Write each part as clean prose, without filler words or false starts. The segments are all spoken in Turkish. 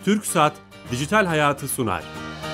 TürkSat Dijital Hayatı sunar.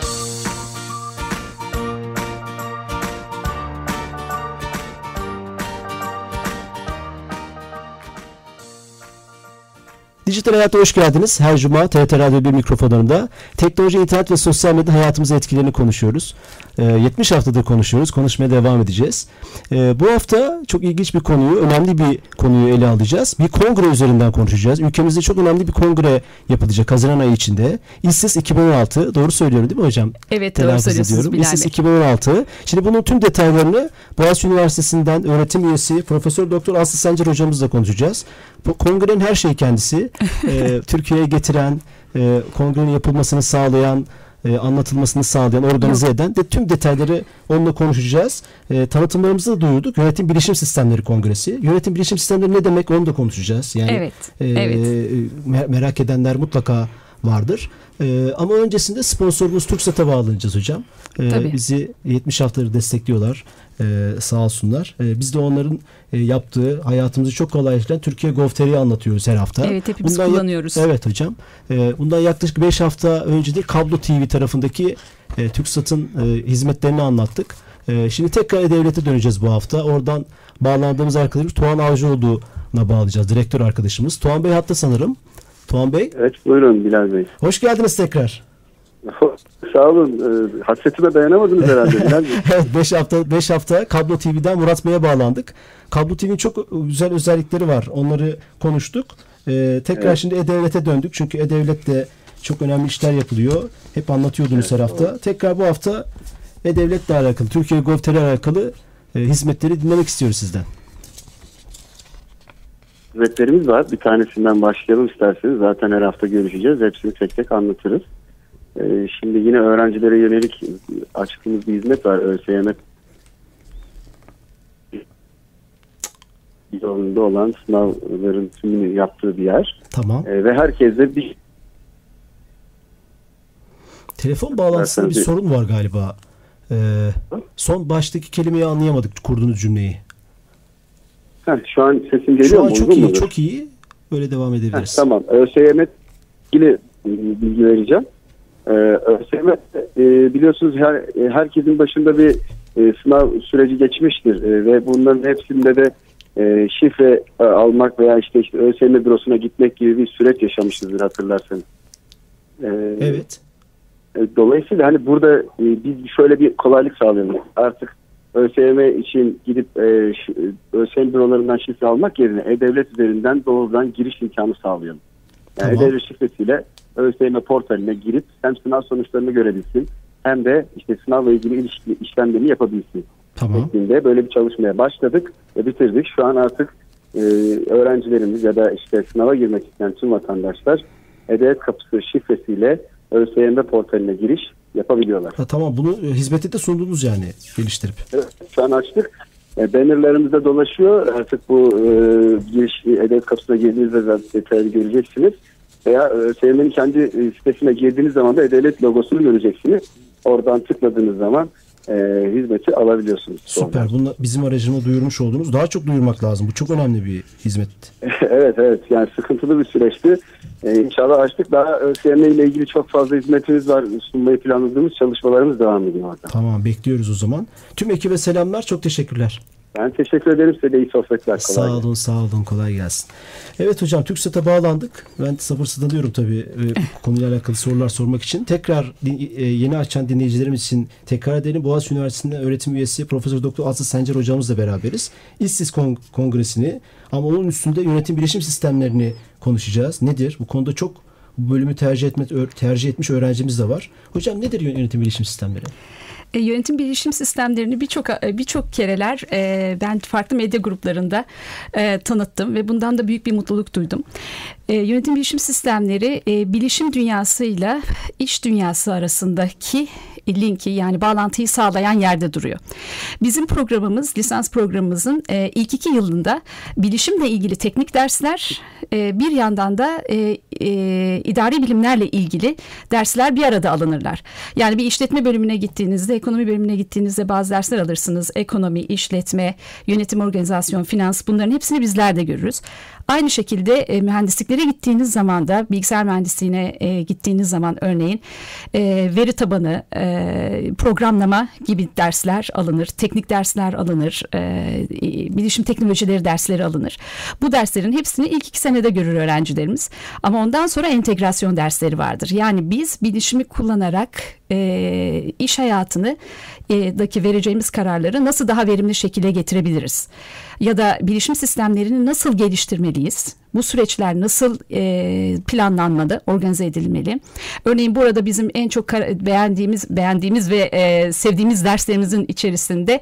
Dijital Hayat'a hoş geldiniz. Her cuma TRT Radyo 1 mikrofonlarında teknoloji, internet ve sosyal medya hayatımıza etkilerini konuşuyoruz. 70 haftadır konuşuyoruz. Konuşmaya devam edeceğiz. Bu hafta çok ilginç bir konuyu, önemli bir konuyu ele alacağız. Bir kongre üzerinden konuşacağız. Ülkemizde çok önemli bir kongre yapılacak Haziran ayı içinde. İSTİS 2016. Doğru söylüyorum değil mi hocam? Evet, doğru söylüyorsunuz Bilal Bey. İSTİS 2016. Şimdi bunun tüm detaylarını Boğaziçi Üniversitesi'nden öğretim üyesi Profesör Doktor Aslı Sencer hocamızla konuşacağız. Bu kongrenin her şeyi kendisi. Türkiye'ye getiren, kongrenin yapılmasını sağlayan, anlatılmasını sağlayan, organize eden de tüm detayları onunla konuşacağız. Tanıtımlarımızı da duyurduk. Yönetim Bilişim Sistemleri Kongresi. Yönetim Bilişim Sistemleri ne demek onu da konuşacağız. Yani merak edenler mutlaka vardır. Ama öncesinde sponsorumuz TürkSat'a bağlanacağız hocam. Bizi 70 haftadır destekliyorlar. Sağ olsunlar. Biz de onların yaptığı, hayatımızı çok kolaylaştıran Türkiye Gov.tr'yi anlatıyoruz her hafta. Evet, hepimiz kullanıyoruz. Evet hocam. Bundan yaklaşık 5 hafta önce de Kablo TV tarafındaki TürkSat'ın hizmetlerini anlattık. Şimdi tekrar E-Devlet'e döneceğiz bu hafta. Oradan bağlandığımız arkadaşımız Tuğan Avcıoğlu'na bağlayacağız. Direktör arkadaşımız. Tuğan Bey hatta sanırım. Tuğan Bey. Evet, buyurun Bilal Bey. Hoş geldiniz tekrar. Sağ olun. Hasretime dayanamadınız herhalde Bilal Bey. Evet, 5 hafta Kablo TV'den Murat Bey'e bağlandık. Kablo TV'nin çok güzel özellikleri var. Onları konuştuk. Tekrar Şimdi E-Devlet'e döndük. Çünkü E-Devlet'te çok önemli işler yapılıyor. Hep anlatıyordunuz her hafta. Evet. Tekrar bu hafta E-Devlet'le alakalı, Türkiye Gov.tr ile alakalı hizmetleri dinlemek istiyoruz sizden. Hizmetlerimiz var. Bir tanesinden başlayalım isterseniz. Zaten her hafta görüşeceğiz. Hepsini tek tek anlatırız. Şimdi yine öğrencilere yönelik açtığımız bir hizmet var. ÖSYM yolunda olan sınavların tümünü yaptığı bir yer. Tamam. Ve herkese bir telefon bağlantısında bir sorun var galiba. Son baştaki kelimeyi anlayamadık, kurduğunuz cümleyi. Şu an sesim geliyor mu? Şu an çok iyi, çok iyi. Böyle devam edebiliriz. Tamam. ÖSYM ilgili bilgi vereceğim. ÖSYM biliyorsunuz herkesin başında bir sınav süreci geçmiştir ve bunların hepsinde de şifre almak veya işte ÖSYM bürosuna gitmek gibi bir süreç yaşamışızdır hatırlarsanız. Evet. Dolayısıyla hani burada biz şöyle bir kolaylık sağlayalım. Artık ÖSYM için gidip ÖSYM bürolarından şifre almak yerine E-Devlet üzerinden doğrudan giriş imkanı sağlayalım. Yani tamam. E-Devlet şifresiyle ÖSYM portaline girip hem sınav sonuçlarını görebilsin hem de işte sınavla ilgili işlemlerini yapabilsin. Tamam. Şeklinde böyle bir çalışmaya başladık ve bitirdik. Şu an artık öğrencilerimiz ya da işte sınava girmek isteyen tüm vatandaşlar E-Devlet kapısı şifresiyle ÖSYM portaline giriş yapabiliyorlar. Tamam, bunu hizmete de sundunuz yani geliştirip. Evet, şu an açtık. Bannerlarımızda dolaşıyor. Artık bu giriş E-Devlet kapısına girdiğinizde detaylı göreceksiniz. Veya ÖSYM'nin kendi sitesine girdiğiniz zaman da E-Devlet logosunu göreceksiniz. Oradan tıkladığınız zaman hizmeti alabiliyorsunuz. Süper. Bunu bizim aracımı duyurmuş oldunuz. Daha çok duyurmak lazım. Bu çok önemli bir hizmet. Evet. Yani sıkıntılı bir süreçti. İnşallah açtık. Daha ÖSYM ile ilgili çok fazla hizmetimiz var. Sunmayı planladığımız çalışmalarımız devam ediyor orada. Tamam, bekliyoruz o zaman. Tüm ekibe selamlar. Çok teşekkürler. Ben teşekkür ederim. Size de iyi sohbetler. Sağ olun. Kolay gelsin. Evet hocam, TürkSat'a bağlandık. Ben sabırsızlanıyorum tabii konuyla alakalı sorular sormak için. Tekrar yeni açan dinleyicilerimiz için tekrar edelim. Boğaziçi Üniversitesi'nde öğretim üyesi Profesör Doktor Aslı Sencer hocamızla beraberiz. İSTİS Kongresi'ni ama onun üstünde yönetim bilişim sistemlerini konuşacağız. Nedir? Bu konuda çok bu bölümü tercih etmiş öğrencimiz de var. Hocam nedir yönetim bilişim sistemleri? Yönetim bilişim sistemlerini birçok kereler ben farklı medya gruplarında tanıttım ve bundan da büyük bir mutluluk duydum. Yönetim bilişim sistemleri bilişim dünyasıyla iş dünyası arasındaki linki, yani bağlantıyı sağlayan yerde duruyor. Bizim programımız, lisans programımızın ilk 2 yılında bilişimle ilgili teknik dersler, bir yandan da idari bilimlerle ilgili dersler bir arada alınırlar. Yani bir işletme bölümüne gittiğinizde, ekonomi bölümüne gittiğinizde bazı dersler alırsınız. Ekonomi, işletme, yönetim, organizasyon, finans, bunların hepsini bizler de görürüz. Aynı şekilde mühendisliklere gittiğiniz zaman da, bilgisayar mühendisliğine gittiğiniz zaman örneğin veri tabanı, programlama gibi dersler alınır, teknik dersler alınır, bilişim teknolojileri dersleri alınır. Bu derslerin hepsini ilk 2 senede görür öğrencilerimiz. Ama ondan sonra entegrasyon dersleri vardır. Yani biz bilişimi kullanarak iş hayatını daki vereceğimiz kararları nasıl daha verimli şekilde getirebiliriz? Ya da bilişim sistemlerini nasıl geliştirmeliyiz? Bu süreçler nasıl planlanmalı, organize edilmeli? Örneğin burada bizim en çok beğendiğimiz ve sevdiğimiz derslerimizin içerisinde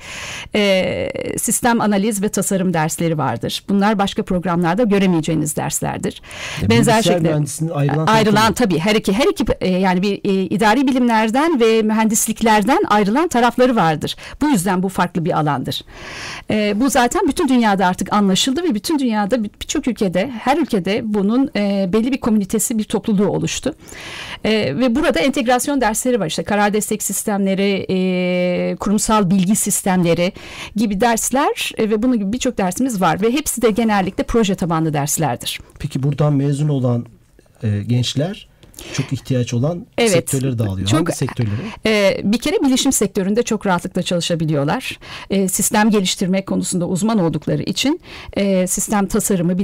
sistem analiz ve tasarım dersleri vardır. Bunlar başka programlarda göremeyeceğiniz derslerdir. Benzer şekilde ayrılan tabii her iki yani bir idari bilimlerden ve mühendisliklerden ayrılan tarafları vardır. Bu yüzden bu farklı bir alandır. Bu zaten bütün dünyada artık anlaşıldı ve bütün dünyada birçok ülkede, her ülkede bunun belli bir komünitesi, bir topluluğu oluştu. Ve burada entegrasyon dersleri var. İşte karar destek sistemleri, kurumsal bilgi sistemleri gibi dersler ve bunun gibi birçok dersimiz var. Ve hepsi de genellikle proje tabanlı derslerdir. Peki buradan mezun olan gençler çok ihtiyaç olan sektörleri dağılıyor. Hangi sektörleri? Bir kere bilişim sektöründe çok rahatlıkla çalışabiliyorlar. Sistem geliştirme konusunda uzman oldukları için sistem tasarımı,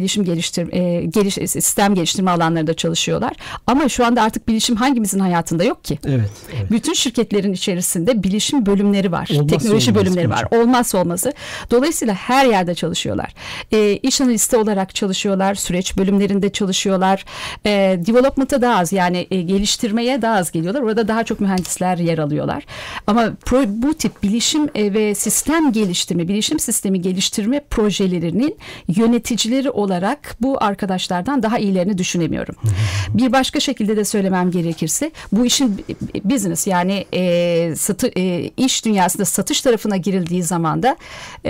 sistem geliştirme alanlarında çalışıyorlar. Ama şu anda artık bilişim hangimizin hayatında yok ki? Evet. Bütün şirketlerin içerisinde bilişim bölümleri var. Teknoloji bölümleri var. Olmazsa olmazı. Dolayısıyla her yerde çalışıyorlar. İş analisti olarak çalışıyorlar. Süreç bölümlerinde çalışıyorlar. Development'a daha az, yani geliştirmeye daha az geliyorlar. Orada daha çok mühendisler yer alıyorlar. Ama bu tip bilişim ve sistem geliştirme, bilişim sistemi geliştirme projelerinin yöneticileri olarak bu arkadaşlardan daha iyilerini düşünemiyorum. Bir başka şekilde de söylemem gerekirse, bu işin business, yani iş dünyasında satış tarafına girildiği zaman da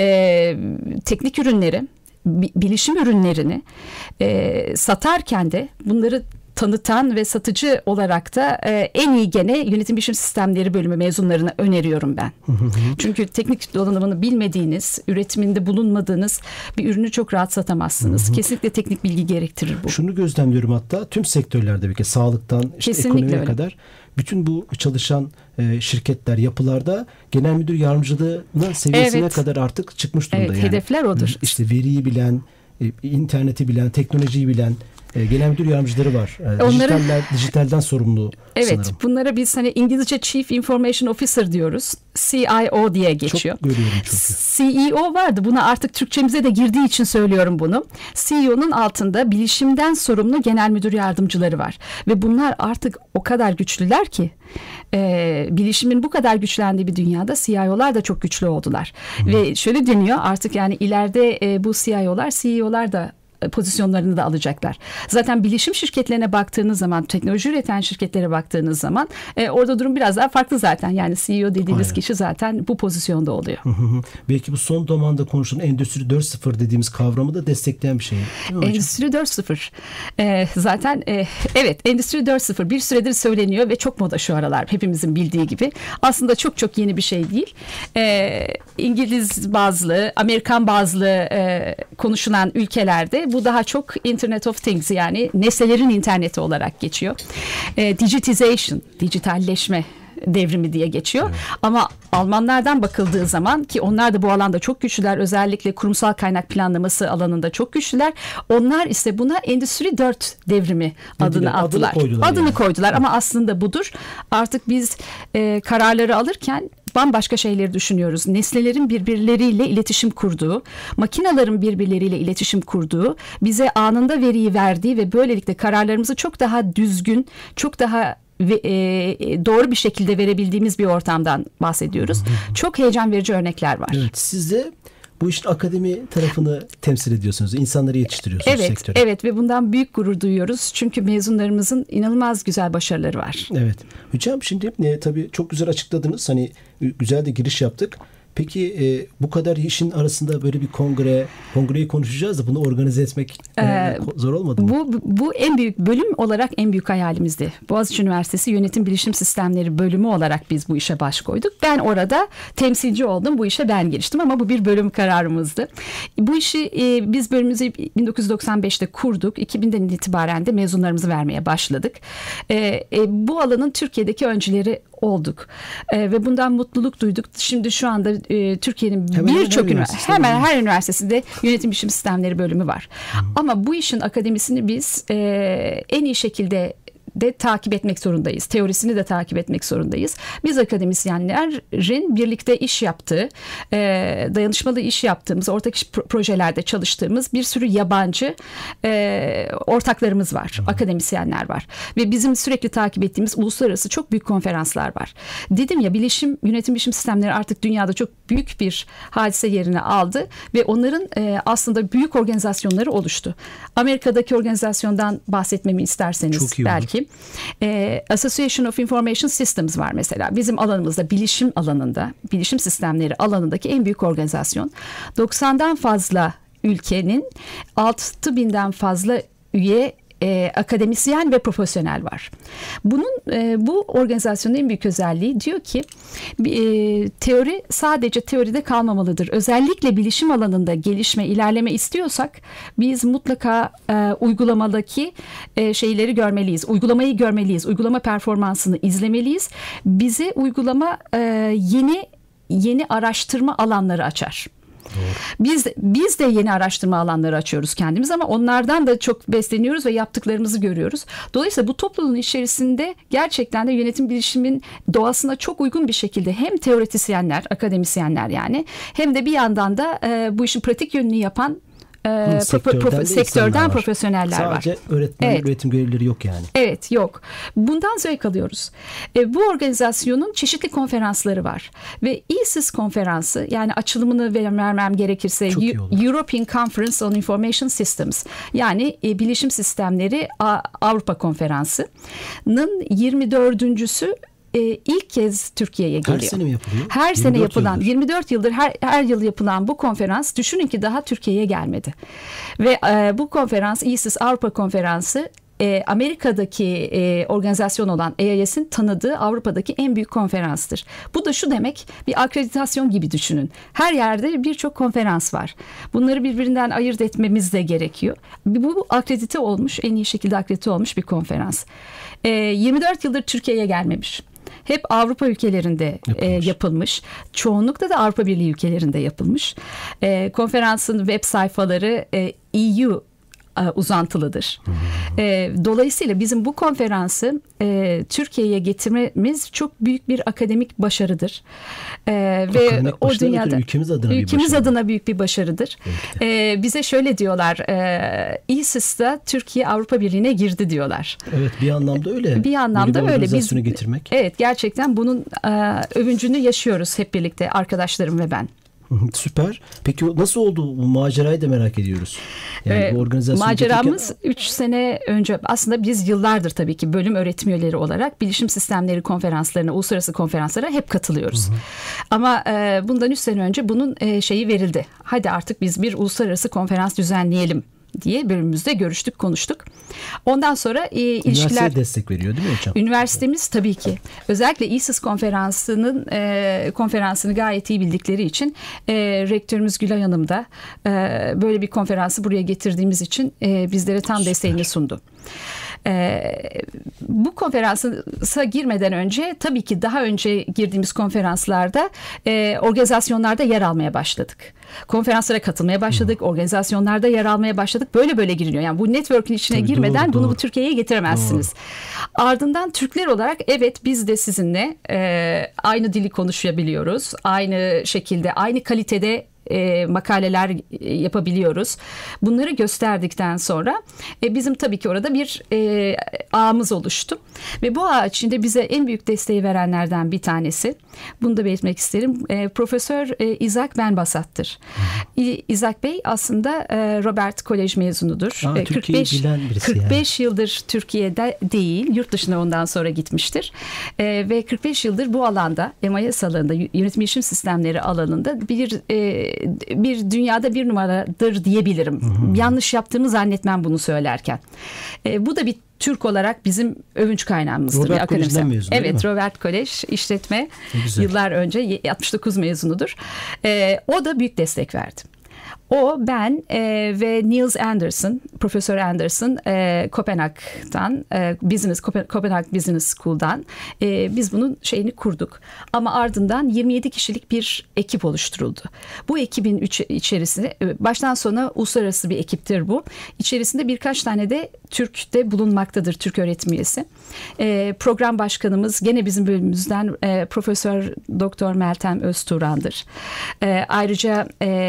teknik ürünleri, bilişim ürünlerini satarken de bunları tanıtan ve satıcı olarak da en iyi gene yönetim bilişim sistemleri bölümü mezunlarına öneriyorum ben. Çünkü teknik donanımını bilmediğiniz, üretiminde bulunmadığınız bir ürünü çok rahat satamazsınız. Kesinlikle teknik bilgi gerektirir bu. Şunu gözlemliyorum, hatta tüm sektörlerde, bir kez sağlıktan ekonomiye öyle kadar bütün bu çalışan şirketler, yapılarda genel müdür yardımcılığına seviyesine kadar artık çıkmış durumda. Evet, hedefler odur. İşte veriyi bilen, interneti bilen, teknolojiyi bilen genel müdür yardımcıları var. Dijitalden sorumlu sanırım. Bunlara biz İngilizce Chief Information Officer diyoruz. CIO diye geçiyor. Çok görüyorum çünkü. CEO vardı. Buna artık Türkçemize de girdiği için söylüyorum bunu. CEO'nun altında bilişimden sorumlu genel müdür yardımcıları var. Ve bunlar artık o kadar güçlüler ki bilişimin bu kadar güçlendiği bir dünyada CIO'lar da çok güçlü oldular. Ve şöyle deniyor artık, yani ileride bu CIO'lar, CEO'lar da pozisyonlarını da alacaklar. Zaten bilişim şirketlerine baktığınız zaman, teknoloji üreten şirketlere baktığınız zaman orada durum biraz daha farklı zaten. Yani CEO dediğimiz kişi zaten bu pozisyonda oluyor. Belki bu son zamanda konuşulan Endüstri 4.0 dediğimiz kavramı da destekleyen bir şey. Endüstri 4.0 zaten evet, Endüstri 4.0 bir süredir söyleniyor ve çok moda şu aralar, hepimizin bildiği gibi. Aslında çok yeni bir şey değil. İngiliz bazlı, Amerikan bazlı konuşulan ülkelerde bu daha çok Internet of Things, yani nesnelerin interneti olarak geçiyor. Digitization, dijitalleşme devrimi diye geçiyor. Evet. Ama Almanlardan bakıldığı zaman, ki onlar da bu alanda çok güçlüler, özellikle kurumsal kaynak planlaması alanında çok güçlüler. Onlar ise buna Endüstri 4 devrimi adını attılar. Adını koydular ama aslında budur. Artık biz kararları alırken bambaşka şeyleri düşünüyoruz. Nesnelerin birbirleriyle iletişim kurduğu, makinelerin birbirleriyle iletişim kurduğu, bize anında veriyi verdiği ve böylelikle kararlarımızı çok daha düzgün, çok daha doğru bir şekilde verebildiğimiz bir ortamdan bahsediyoruz. Çok heyecan verici örnekler var. Evet, siz de bu işin akademi tarafını temsil ediyorsunuz. İnsanları yetiştiriyorsunuz sektöre. Evet ve bundan büyük gurur duyuyoruz. Çünkü mezunlarımızın inanılmaz güzel başarıları var. Evet. Hocam şimdi tabii çok güzel açıkladınız. Hani güzel de giriş yaptık. Peki bu kadar işin arasında böyle bir kongreyi konuşacağız da bunu organize etmek zor olmadı mı? Bu en büyük bölüm olarak en büyük hayalimizdi. Boğaziçi Üniversitesi Yönetim Bilişim Sistemleri bölümü olarak biz bu işe baş koyduk. Ben orada temsilci oldum. Bu işe ben giriştim ama bu bir bölüm kararımızdı. Bu işi biz bölümümüzü 1995'te kurduk. 2000'den itibaren de mezunlarımızı vermeye başladık. Bu alanın Türkiye'deki öncüleri olduk. Ve bundan mutluluk duyduk. Şimdi şu anda Türkiye'nin birçok hemen her üniversitesinde yönetim bilişim sistemleri bölümü var. Ama bu işin akademisini biz en iyi şekilde de takip etmek zorundayız. Teorisini de takip etmek zorundayız. Biz akademisyenlerin birlikte iş yaptığı, dayanışmalı iş yaptığımız, ortak iş projelerde çalıştığımız bir sürü yabancı ortaklarımız var. Akademisyenler var. Ve bizim sürekli takip ettiğimiz uluslararası çok büyük konferanslar var. Dedim ya, yönetim bilişim sistemleri artık dünyada çok büyük bir hadise yerini aldı ve onların aslında büyük organizasyonları oluştu. Amerika'daki organizasyondan bahsetmemi isterseniz belki. Association of Information Systems var mesela. Bizim alanımızda bilişim alanında, bilişim sistemleri alanındaki en büyük organizasyon. 90'dan fazla ülkenin 6.000'den fazla üye akademisyen ve profesyonel var. Bu organizasyonun en büyük özelliği, diyor ki teori sadece teoride kalmamalıdır. Özellikle bilişim alanında ilerleme istiyorsak biz mutlaka uygulamadaki şeyleri görmeliyiz. Uygulamayı görmeliyiz. Uygulama performansını izlemeliyiz. Bize uygulama yeni araştırma alanları açar. Doğru. Biz de yeni araştırma alanları açıyoruz kendimiz ama onlardan da çok besleniyoruz ve yaptıklarımızı görüyoruz. Dolayısıyla bu topluluğun içerisinde gerçekten de yönetim bilişimin doğasına çok uygun bir şekilde hem teoretisyenler, akademisyenler yani, hem de bir yandan da bu işin pratik yönünü yapan sektörden profesyoneller var. Sadece öğretim görevlileri yok yani. Evet, yok. Bundan zevk alıyoruz. Bu organizasyonun çeşitli konferansları var. Ve ESIS konferansı, yani açılımını vermem gerekirse European Conference on Information Systems, yani bilişim sistemleri Avrupa Konferansı'nın 24.'sü ilk kez Türkiye'ye geliyor. Her sene mi yapılıyor? Her sene yapılan, 24 yıldır her yıl yapılan bu konferans, düşünün ki daha Türkiye'ye gelmedi. Ve bu konferans, ESIS Avrupa Konferansı, Amerika'daki organizasyon olan EIS'in tanıdığı Avrupa'daki en büyük konferanstır. Bu da şu demek, bir akreditasyon gibi düşünün. Her yerde birçok konferans var. Bunları birbirinden ayırt etmemiz de gerekiyor. Bu akredite olmuş, en iyi şekilde akredite olmuş bir konferans. 24 yıldır Türkiye'ye gelmemiş. Hep Avrupa ülkelerinde yapılmış. Çoğunlukla da Avrupa Birliği ülkelerinde yapılmış. Konferansın web sayfaları EU uzantılıdır. Dolayısıyla bizim bu konferansı Türkiye'ye getirmemiz çok büyük bir akademik başarıdır. Ve o dünyada ülkemiz adına büyük bir başarıdır. Bize şöyle diyorlar, ESIS'te Türkiye Avrupa Birliği'ne girdi diyorlar. Evet, bir anlamda öyle. Bir anlamda öyle. Biz getirmek. Evet, gerçekten bunun övüncünü yaşıyoruz hep birlikte, arkadaşlarım ve ben. Süper. Peki nasıl oldu? Bu macerayı da merak ediyoruz. Yani bu organizasyon maceramız 3 sene önce, aslında biz yıllardır tabii ki bölüm öğretim üyeleri olarak bilişim sistemleri konferanslarına, uluslararası konferanslara hep katılıyoruz. Ama bundan 3 sene önce bunun şeyi verildi. Hadi artık biz bir uluslararası konferans düzenleyelim diye bölümümüzde görüştük, konuştuk. Ondan sonra ilişkiler... Üniversite destek veriyor değil mi hocam? Üniversitemiz tabii ki. Özellikle ESIS konferansını gayet iyi bildikleri için rektörümüz Gülay Hanım da böyle bir konferansı buraya getirdiğimiz için bizlere tam desteğini sundu. Bu konferansa girmeden önce tabii ki daha önce girdiğimiz konferanslarda organizasyonlarda yer almaya başladık. Konferanslara katılmaya başladık. Organizasyonlarda yer almaya başladık. Böyle giriliyor. Yani bu network'ün içine girmeden bunu Türkiye'ye getiremezsiniz. Ardından Türkler olarak evet, biz de sizinle aynı dili konuşabiliyoruz. Aynı şekilde, aynı kalitede makaleler yapabiliyoruz. Bunları gösterdikten sonra bizim tabii ki orada bir ağımız oluştu. Ve bu ağ içinde bize en büyük desteği verenlerden bir tanesi, bunu da belirtmek isterim, Profesör Isaac Ben-Basat'tır. Isaac Bey aslında Robert Kolej mezunudur. 45 yıldır Türkiye'de değil, yurt dışına ondan sonra gitmiştir. Ve 45 yıldır bu alanda, MIS alanında, yönetim bilişim sistemleri alanında bir dünyada bir numaradır diyebilirim. Yanlış yaptığımı zannetmem bunu söylerken. Bu da bir Türk olarak bizim övünç kaynağımızdır. Robert Kolej'den mezun, evet, Robert Kolej işletme, yıllar önce 69 mezunudur. O da büyük destek verdi. O, ben ve Niels Anderson, Profesör Anderson, Kopenhag'dan, Kopenhag Business School'dan biz bunun şeyini kurduk. Ama ardından 27 kişilik bir ekip oluşturuldu. Bu ekibin içerisinde baştan sona uluslararası bir ekiptir bu. İçerisinde birkaç tane de Türk de bulunmaktadır, Türk öğretim üyesi. Program başkanımız gene bizim bölümümüzden Profesör Doktor Meltem Öztuğran'dır. Ayrıca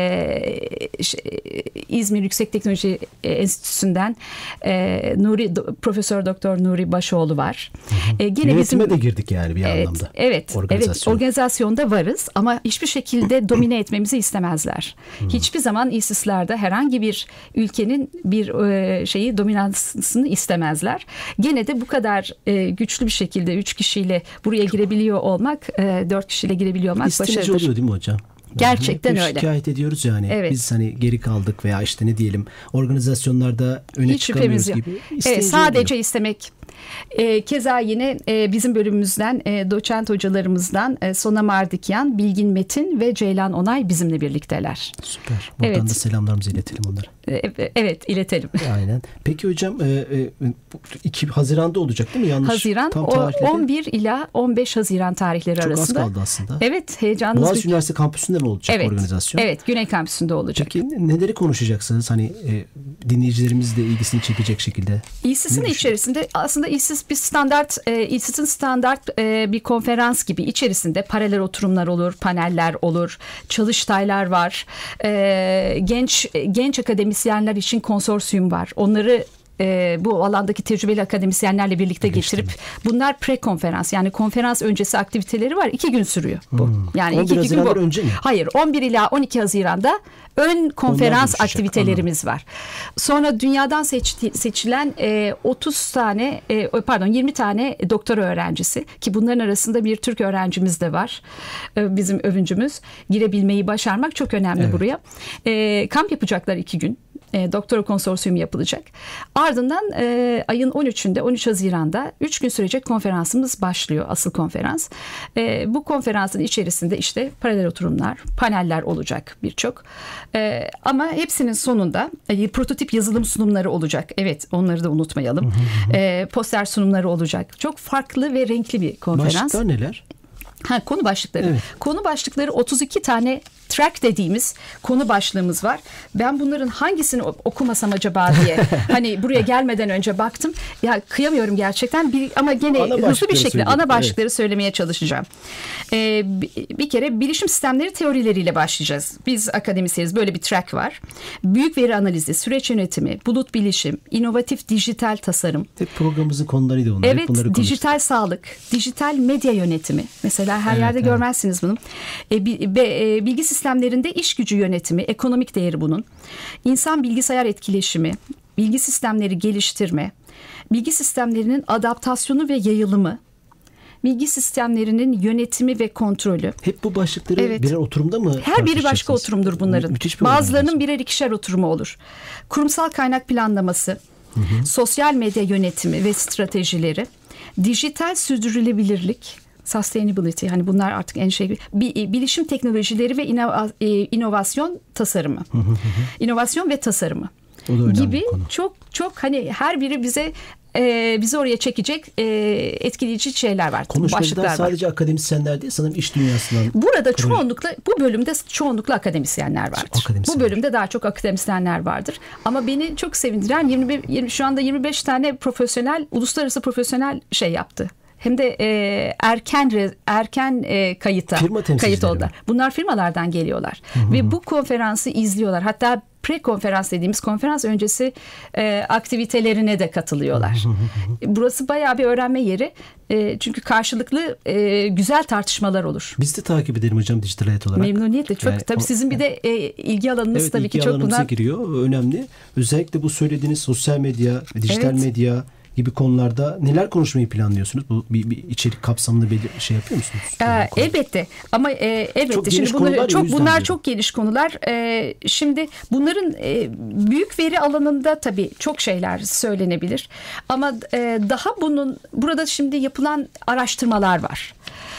İzmir Yüksek Teknoloji Enstitüsü'nden Profesör Doktor Nuri Başoğlu var. Gene yönetime de girdik yani bir anlamda. Evet, organizasyonda varız ama hiçbir şekilde domine etmemizi istemezler. Hiçbir zaman İSİS'lerde herhangi bir ülkenin bir dominansını istemezler. Gene de bu kadar güçlü bir şekilde 3 kişiyle buraya girebiliyor olmak, 4 kişiyle girebiliyor olmak başarıdır. İstenici oluyor değil mi hocam? Gerçekten öyle. Şikayet ediyoruz yani. Evet. Biz hani geri kaldık veya işte ne diyelim, organizasyonlarda öne çıkamıyoruz gibi. Evet, sadece istemek. Keza yine bizim bölümümüzden doçent hocalarımızdan Sona Mardikyan, Bilgin Metin ve Ceylan Onay bizimle birlikteler. Süper. Buradan da selamlarımızı iletelim onlara. Evet, iletelim. Aynen. Peki hocam 2 Haziran'da olacak değil mi? Yanlış. Haziran 11 ila 15 Haziran tarihleri çok arasında. Çok az kaldı aslında. Evet, heyecanımız. Boğaziçi Üniversitesi kampüsünde mi olacak organizasyon? Evet, Güney Kampüsü'nde olacak. Peki neleri konuşacaksınız? Hani dinleyicilerimiz de ilgisini çekecek şekilde. İSİS'in içerisinde aslında İSİS'in standart bir konferans gibi, içerisinde paralel oturumlar olur, paneller olur, çalıştaylar var. Genç akademisyenler için konsorsiyum var. Onları bu alandaki tecrübeli akademisyenlerle birlikte getirip bunlar pre-konferans, yani konferans öncesi aktiviteleri var. 2 gün sürüyor bu. Yani 11 Haziran'dan önce mi? Hayır, 11 ila 12 Haziran'da ön konferans aktivitelerimiz var. Sonra dünyadan seçilen 20 tane doktora öğrencisi, ki bunların arasında bir Türk öğrencimiz de var. Bizim övüncümüz. Girebilmeyi başarmak çok önemli buraya. Kamp yapacaklar 2 gün. Doktora konsorsiyumu yapılacak. Ardından ayın 13'ünde 13 Haziran'da 3 gün sürecek konferansımız başlıyor, asıl konferans. Bu konferansın içerisinde işte paralel oturumlar, paneller olacak birçok. Ama hepsinin sonunda prototip yazılım sunumları olacak. Evet, onları da unutmayalım. Poster sunumları olacak. Çok farklı ve renkli bir konferans. Başlıklar neler? Konu başlıkları. Evet. Konu başlıkları 32 tane track dediğimiz konu başlığımız var. Ben bunların hangisini okumasam acaba diye hani buraya gelmeden önce baktım. Ya kıyamıyorum gerçekten, ama gene hızlı bir şekilde ana başlıkları söylemeye çalışacağım. Bir kere bilişim sistemleri teorileriyle başlayacağız. Biz akademisyeniz, böyle bir track var. Büyük veri analizi, süreç yönetimi, bulut bilişim, inovatif dijital tasarım. Hep programımızın konularıydı onlar. Evet, dijital sağlık, dijital medya yönetimi. Mesela her yerde görmezsiniz bunu. Bilgi sistemlerinde iş gücü yönetimi, ekonomik değeri bunun. İnsan bilgisayar etkileşimi, bilgi sistemleri geliştirme, bilgi sistemlerinin adaptasyonu ve yayılımı, bilgi sistemlerinin yönetimi ve kontrolü. Hep bu başlıkları birer oturumda mı? Her biri başka oturumdur bunların. Bazılarının birer ikişer oturumu olur. Kurumsal kaynak planlaması, sosyal medya yönetimi ve stratejileri, dijital sürdürülebilirlik, sustainability, hani bunlar artık en bilişim teknolojileri ve inovasyon tasarımı. İnovasyon ve tasarımı gibi çok hani her biri bizi oraya çekecek etkileyici şeyler var. Konuşmacılar sadece akademisyenler değil, sanırım iş dünyasından. Burada çoğunlukla, bu bölümde çoğunlukla akademisyenler vardır. Bu bölümde daha çok akademisyenler vardır. Ama beni çok sevindiren şu anda 25 tane uluslararası profesyonel yaptı. hem de erken kayıt oldular. Bunlar firmalardan geliyorlar. Ve bu konferansı izliyorlar. Hatta pre-konferans dediğimiz konferans öncesi aktivitelerine de katılıyorlar. Burası bayağı bir öğrenme yeri. Çünkü karşılıklı güzel tartışmalar olur. Biz de takip edelim hocam dijital hayat olarak. Memnuniyetle. Çok, yani, tabii sizin bir de ilgi alanınız tabii ki çok bunlar giriyor. Önemli. Özellikle bu söylediğiniz sosyal medya, dijital medya gibi konularda neler konuşmayı planlıyorsunuz? Bu bir içerik kapsamında bir şey yapıyor musunuz? Elbette. Ama elbette. Çok şimdi bunlar çok geniş konular. Şimdi bunların büyük veri alanında tabii çok şeyler söylenebilir. Ama daha burada şimdi yapılan araştırmalar var.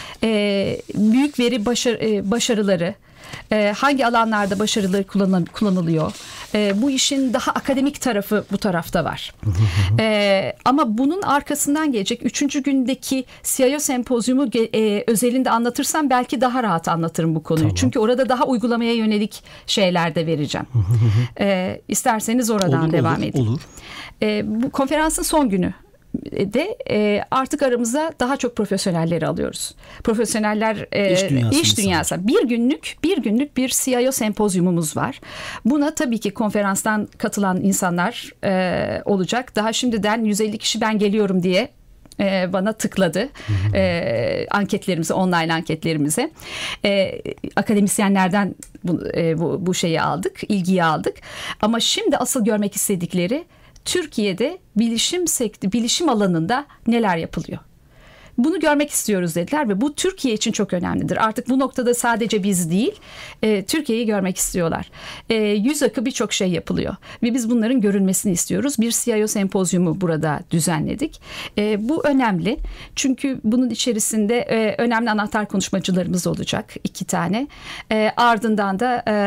Büyük veri başarıları, hangi alanlarda başarılı kullanılıyor? Bu işin daha akademik tarafı bu tarafta var. Ama bunun arkasından gelecek 3. gündeki CIO sempozyumu özelinde anlatırsam belki daha rahat anlatırım bu konuyu. Tamam. Çünkü orada daha uygulamaya yönelik şeyler de vereceğim. İsterseniz oradan devam edin. Olur. Bu konferansın son günü de artık aramıza daha çok profesyonelleri alıyoruz. Profesyoneller iş dünyası. Bir günlük bir CIO sempozyumumuz var. Buna tabii ki konferanstan katılan insanlar olacak. Daha şimdiden 150 kişi ben geliyorum diye bana tıkladı anketlerimize, online anketlerimize. Akademisyenlerden bu şeyi aldık, ilgiyi aldık. Ama şimdi asıl görmek istedikleri Türkiye'de bilişim alanında neler yapılıyor? Bunu görmek istiyoruz dediler ve bu Türkiye için çok önemlidir. Artık bu noktada sadece biz değil, Türkiye'yi görmek istiyorlar. Yüz akı birçok şey yapılıyor ve biz bunların görülmesini istiyoruz. Bir CIO sempozyumu burada düzenledik. Bu önemli çünkü bunun içerisinde önemli anahtar konuşmacılarımız olacak 2 tane. Ardından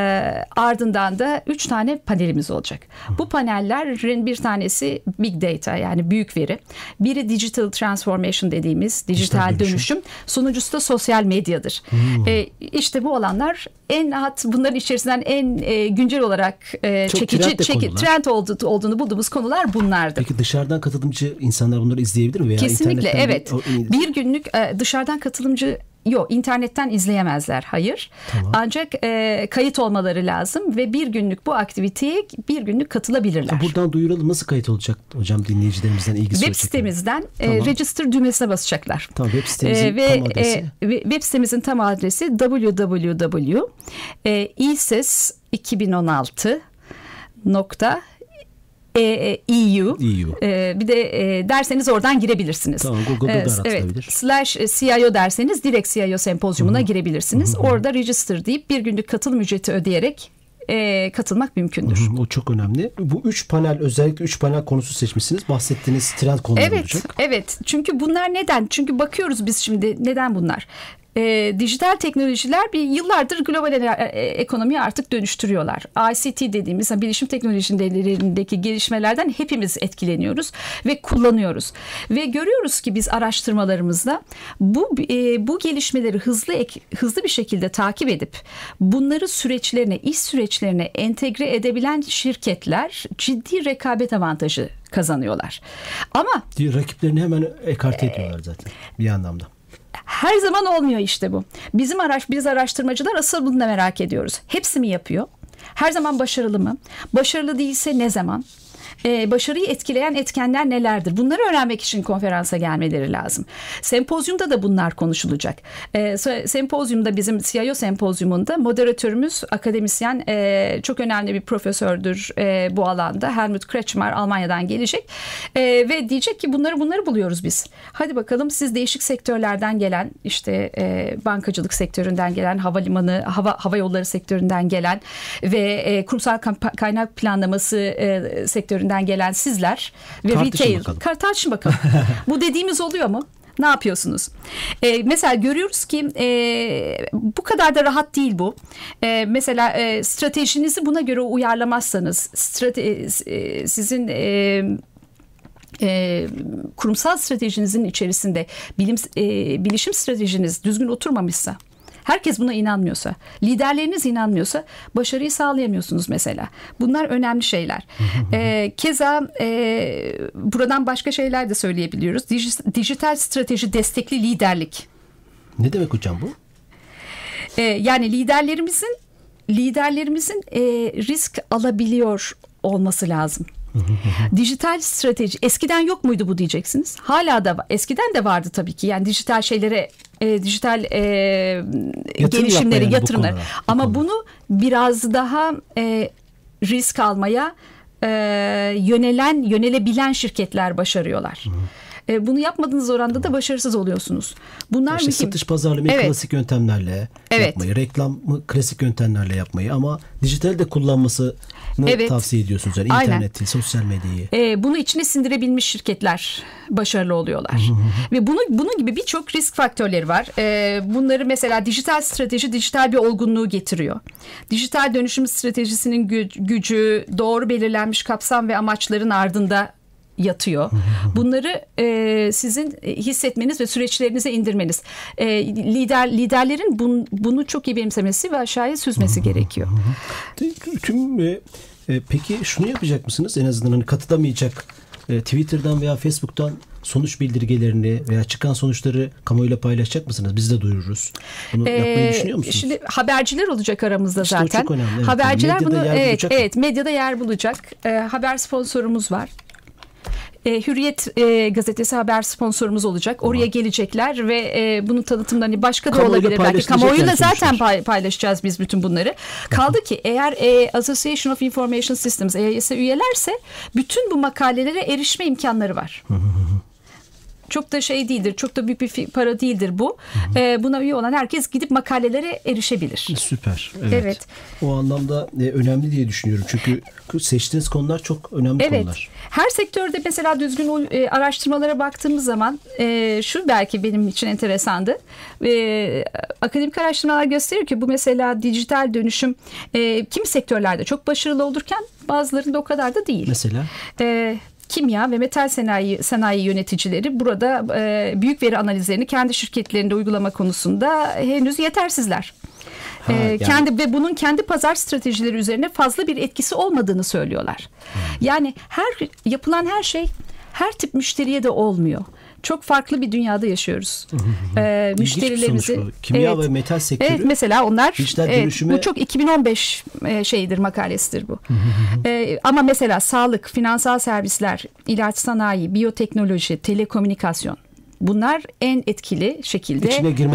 da 3 tane panelimiz olacak. Bu panellerin bir tanesi Big Data yani büyük veri. Biri Digital Transformation dediğimiz dijital dönüşüm. Sonuncusu da sosyal medyadır. İşte bu alanlar bunların içerisinden en güncel olarak trend olduğunu bulduğumuz konular bunlardır. Peki dışarıdan katılımcı insanlar bunları izleyebilir mi? Veya kesinlikle evet. Bir günlük dışarıdan katılımcı internetten izleyemezler. Hayır. Tamam. Ancak kayıt olmaları lazım ve bir günlük bu aktiviteye bir günlük katılabilirler. Buradan duyuralım. Nasıl kayıt olacak hocam dinleyicilerimizden ilgisi olacak? Web sitemizden register düğmesine basacaklar. Tamam. Web sitemizin tam adresi. Web sitemizin tam adresi www.ises2016.eu. Bir de derseniz oradan girebilirsiniz. Tamam, Google'da da aratılabilir. /CIO derseniz direkt CIO sempozyumuna girebilirsiniz. Orada register deyip bir günlük katılım ücreti ödeyerek katılmak mümkündür. O çok önemli. Bu 3 panel özellikle 3 panel konusu seçmişsiniz. Bahsettiğiniz trend konular olacak. Evet. Çünkü bunlar neden? Çünkü bakıyoruz biz şimdi neden bunlar? Dijital teknolojiler yıllardır global ekonomiyi artık dönüştürüyorlar. ICT dediğimiz bilişim teknolojilerindeki gelişmelerden hepimiz etkileniyoruz ve kullanıyoruz. Ve görüyoruz ki biz araştırmalarımızda bu gelişmeleri hızlı bir şekilde takip edip bunları iş süreçlerine entegre edebilen şirketler ciddi rekabet avantajı kazanıyorlar. Ama rakiplerini hemen ekarte ediyorlar zaten bir anlamda. Her zaman olmuyor işte bu. Biz araştırmacılar asıl bunu da merak ediyoruz. Hepsi mi yapıyor? Her zaman başarılı mı? Başarılı değilse ne zaman? Başarıyı etkileyen etkenler nelerdir? Bunları öğrenmek için konferansa gelmeleri lazım. Sempozyumda da bunlar konuşulacak. Sempozyumda bizim CIO sempozyumunda moderatörümüz akademisyen çok önemli bir profesördür bu alanda. Helmut Kretschmer Almanya'dan gelecek ve diyecek ki bunları buluyoruz biz. Hadi bakalım siz değişik sektörlerden gelen işte bankacılık sektöründen gelen havalimanı, hava yolları sektöründen gelen ve kurumsal kaynak planlaması sektöründen gelen sizler ve retail. Tartışın bakalım. Bu dediğimiz oluyor mu? Ne yapıyorsunuz? Mesela görüyoruz ki bu kadar da rahat değil bu. Mesela stratejinizi buna göre uyarlamazsanız sizin kurumsal stratejinizin içerisinde bilişim stratejiniz düzgün oturmamışsa herkes buna inanmıyorsa, liderleriniz inanmıyorsa başarıyı sağlayamıyorsunuz mesela. Bunlar önemli şeyler. Keza buradan başka şeyler de söyleyebiliyoruz. Dijital strateji destekli liderlik. Ne demek hocam bu? Yani liderlerimizin risk alabiliyor olması lazım. Dijital strateji eskiden yok muydu bu diyeceksiniz. Hala da eskiden de vardı tabii ki. Yani dijital şeylere dijital gelişimleri, yatırımları. Ama bunu biraz daha risk almaya yönelebilen şirketler başarıyorlar. Bunu yapmadığınız oranda da başarısız oluyorsunuz. Bunlar işte satış pazarlamayı klasik yöntemlerle yapmayı, reklamı klasik yöntemlerle yapmayı ama dijital de kullanmasını tavsiye ediyorsunuz. Yani interneti, sosyal medyayı. Bunu içine sindirebilmiş şirketler başarılı oluyorlar. Ve bunun gibi birçok risk faktörleri var. Bunları mesela dijital strateji dijital bir olgunluğu getiriyor. Dijital dönüşüm stratejisinin gücü doğru belirlenmiş kapsam ve amaçların ardında yatıyor. Bunları sizin hissetmeniz ve süreçlerinize indirmeniz. Liderlerin bunu çok iyi benimsemesi ve aşağıya süzmesi gerekiyor. Peki şunu yapacak mısınız? En azından hani katılamayacak Twitter'dan veya Facebook'tan sonuç bildirgelerini veya çıkan sonuçları kamuoyuyla paylaşacak mısınız? Biz de duyururuz. Bunu yapmayı düşünüyor musunuz? Şimdi haberciler olacak aramızda işte zaten. Çok önemli. Evet. Haberciler medyada bunu medyada yer bulacak. Haber sponsorumuz var. Hürriyet gazetesi haber sponsorumuz olacak. Oraya gelecekler ve bunun tanıtımlarını başka da olabilir. Belki kamuoyuyla zaten paylaşacağız biz bütün bunları. Kaldı ki eğer Association of Information Systems AIS'e üyelerse bütün bu makalelere erişme imkanları var. Çok da şey değildir. Çok da büyük bir para değildir bu. Buna üye olan herkes gidip makalelere erişebilir. Süper. Evet. O anlamda önemli diye düşünüyorum. Çünkü seçtiğiniz konular çok önemli konular. Her sektörde mesela düzgün araştırmalara baktığımız zaman şu belki benim için enteresandı. Akademik araştırmalar gösteriyor ki bu mesela dijital dönüşüm kimi sektörlerde çok başarılı olurken bazılarında o kadar da değil. Mesela? Kimya ve metal sanayi yöneticileri burada büyük veri analizlerini kendi şirketlerinde uygulama konusunda henüz yetersizler. Yani. Bunun kendi pazar stratejileri üzerine fazla bir etkisi olmadığını söylüyorlar. Yani yapılan her şey her tip müşteriye de olmuyor. Çok farklı bir dünyada yaşıyoruz. Müşterilerimizi kimya ve metal sektörü. Evet, mesela onlar dönüşüme... bu çok 2015 makalesidir bu. Ama mesela sağlık, finansal servisler, ilaç sanayi, biyoteknoloji, telekomünikasyon. Bunlar en etkili şekilde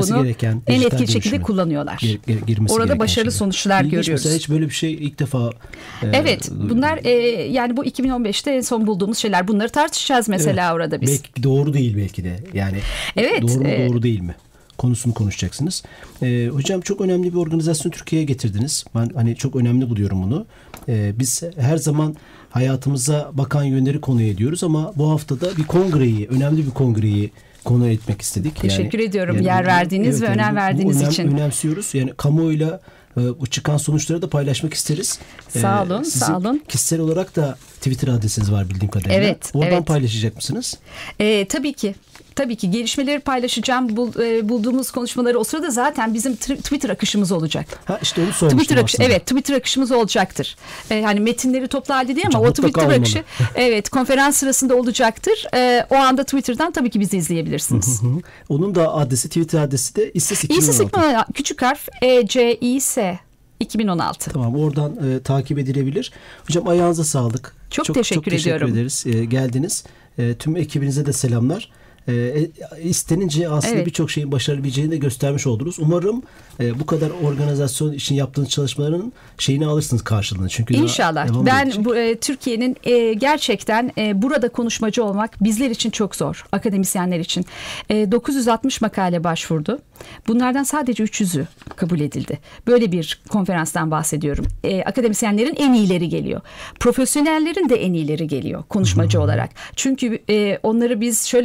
kullanıyorlar. Orada başarılı sonuçlar görüyoruz. Mesela hiç böyle bir şey ilk defa. Evet, bunlar yani bu 2015'te en son bulduğumuz şeyler. Bunları tartışacağız mesela orada biz. Belki doğru değil belki de. Yani doğru mu doğru değil mi? Konusunu konuşacaksınız. Hocam çok önemli bir organizasyon Türkiye'ye getirdiniz. Ben hani çok önemli buluyorum bunu. Biz her zaman hayatımıza bakan yönleri konu ediyoruz ama bu haftada önemli bir kongreyi konu etmek istedik. Teşekkür ediyorum yer verdiğiniz ve önem verdiğiniz için. Önemsiyoruz. Yani kamuoyuyla bu çıkan sonuçları da paylaşmak isteriz. Sağ olun, sağ olun. Kişisel olarak da Twitter adresiniz var bildiğim kadarıyla. Evet. Oradan paylaşacak mısınız? Tabii ki. Tabii ki gelişmeleri paylaşacağım. Bulduğumuz konuşmaları o sırada zaten bizim Twitter akışımız olacak. İşte onu sormuştum aslında. Evet, Twitter akışımız olacaktır. Hani metinleri toplu halde değil ama o Twitter akışı konferans sırasında olacaktır. O anda Twitter'dan tabii ki bizi izleyebilirsiniz. Onun da Twitter adresi de İSSES 2016. Küçük harf ECİS 2016. Tamam, oradan takip edilebilir. Hocam ayağınıza sağlık. Çok teşekkür ediyorum. Çok teşekkür ederiz. Geldiniz. Tüm ekibinize de selamlar. İstenince aslında birçok şeyin başarabileceğini de göstermiş oldunuz. Umarım bu kadar organizasyon için yaptığınız çalışmaların şeyini alırsınız karşılığını. Çünkü İnşallah. Ben Türkiye'nin gerçekten burada konuşmacı olmak bizler için çok zor. Akademisyenler için. 960 makale başvurdu. Bunlardan sadece 300'ü kabul edildi. Böyle bir konferanstan bahsediyorum. Akademisyenlerin en iyileri geliyor. Profesyonellerin de en iyileri geliyor konuşmacı olarak. Çünkü onları biz şöyle seçiyoruz.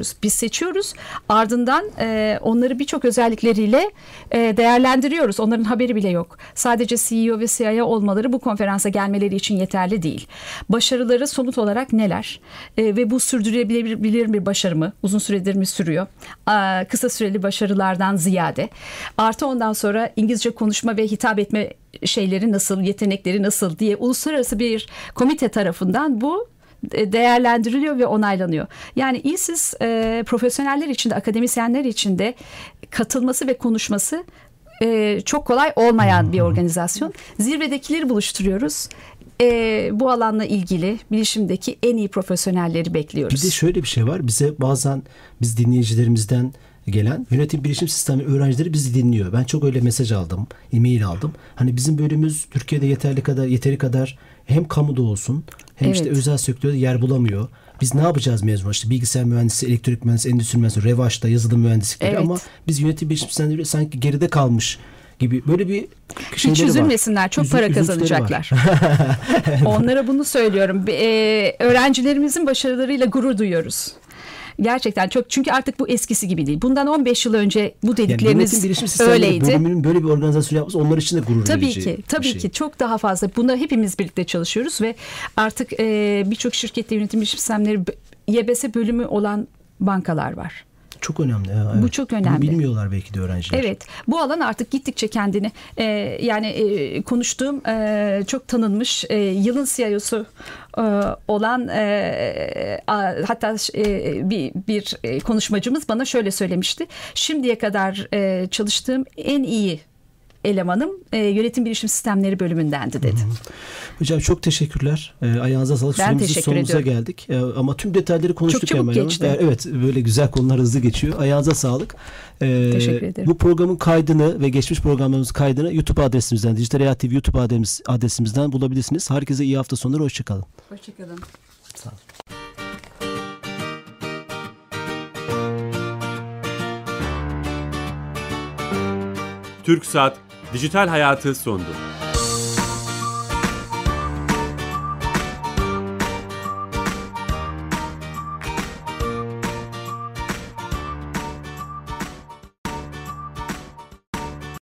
seçmiyoruz. Biz seçiyoruz, ardından onları birçok özellikleriyle değerlendiriyoruz. Onların haberi bile yok. Sadece CEO ve CIO olmaları bu konferansa gelmeleri için yeterli değil. Başarıları somut olarak neler? Ve bu sürdürülebilir bir başarı mı? Uzun süredir mi sürüyor? Kısa süreli başarılardan ziyade. Artı ondan sonra İngilizce konuşma ve hitap etme şeyleri nasıl, yetenekleri nasıl diye uluslararası bir komite tarafından bu değerlendiriliyor ve onaylanıyor. Yani İSİS profesyoneller için de, akademisyenler için de katılması ve konuşması çok kolay olmayan bir organizasyon. Zirvedekileri buluşturuyoruz. Bu alanla ilgili bilişimdeki en iyi profesyonelleri bekliyoruz. Bir de şöyle bir şey var. Bize bazen biz dinleyicilerimizden gelen yönetim bilişim sistemi öğrencileri bizi dinliyor. Ben çok öyle mesaj aldım, e-mail aldım. Hani bizim bölümümüz Türkiye'de yeteri kadar hem kamuda olsun hem işte özel sektörde yer bulamıyor. Biz ne yapacağız mezun? İşte bilgisayar mühendisi, elektrik mühendisi, endüstri mühendisi, Revaç'ta yazılım mühendislikleri ama biz yönetim bilişim sistemleri sanki geride kalmış gibi böyle bir şeyleri var. Hiç üzülmesinler. Çok para kazanacaklar. Onlara bunu söylüyorum. Öğrencilerimizin başarılarıyla gurur duyuyoruz. Gerçekten çok, çünkü artık bu eskisi gibi değil. Bundan 15 yıl önce bu dediklerimiz öyleydi. Bölümünün böyle bir organizasyon yapması onlar için de gurur verici. Tabii ki çok daha fazla. Bunda hepimiz birlikte çalışıyoruz ve artık birçok şirkette yönetim bilişim sistemleri YBS bölümü olan bankalar var. Çok önemli. Evet. Bu çok önemli. Bunu bilmiyorlar belki de öğrenciler. Evet. Bu alan artık gittikçe kendini konuştuğum çok tanınmış yılın CIO'su olan hatta bir konuşmacımız bana şöyle söylemişti. Şimdiye kadar çalıştığım en iyi elemanım yönetim bilişim sistemleri bölümündendi dedi. Hocam çok teşekkürler. Ayağınıza sağlık. Süremizin sonumuza geldik. Ama tüm detayları konuştuk. Çok çabuk geçti. Evet, böyle güzel konular hızlı geçiyor. Ayağınıza sağlık. Teşekkür ederim. Bu programın kaydını ve geçmiş programlarımızın kaydını YouTube adresimizden, Dijital Hayat TV YouTube adresimizden bulabilirsiniz. Herkese iyi hafta sonları. Hoşçakalın. Hoşçakalın. Sağ olun. TürkSat Dijital Hayatı sundu.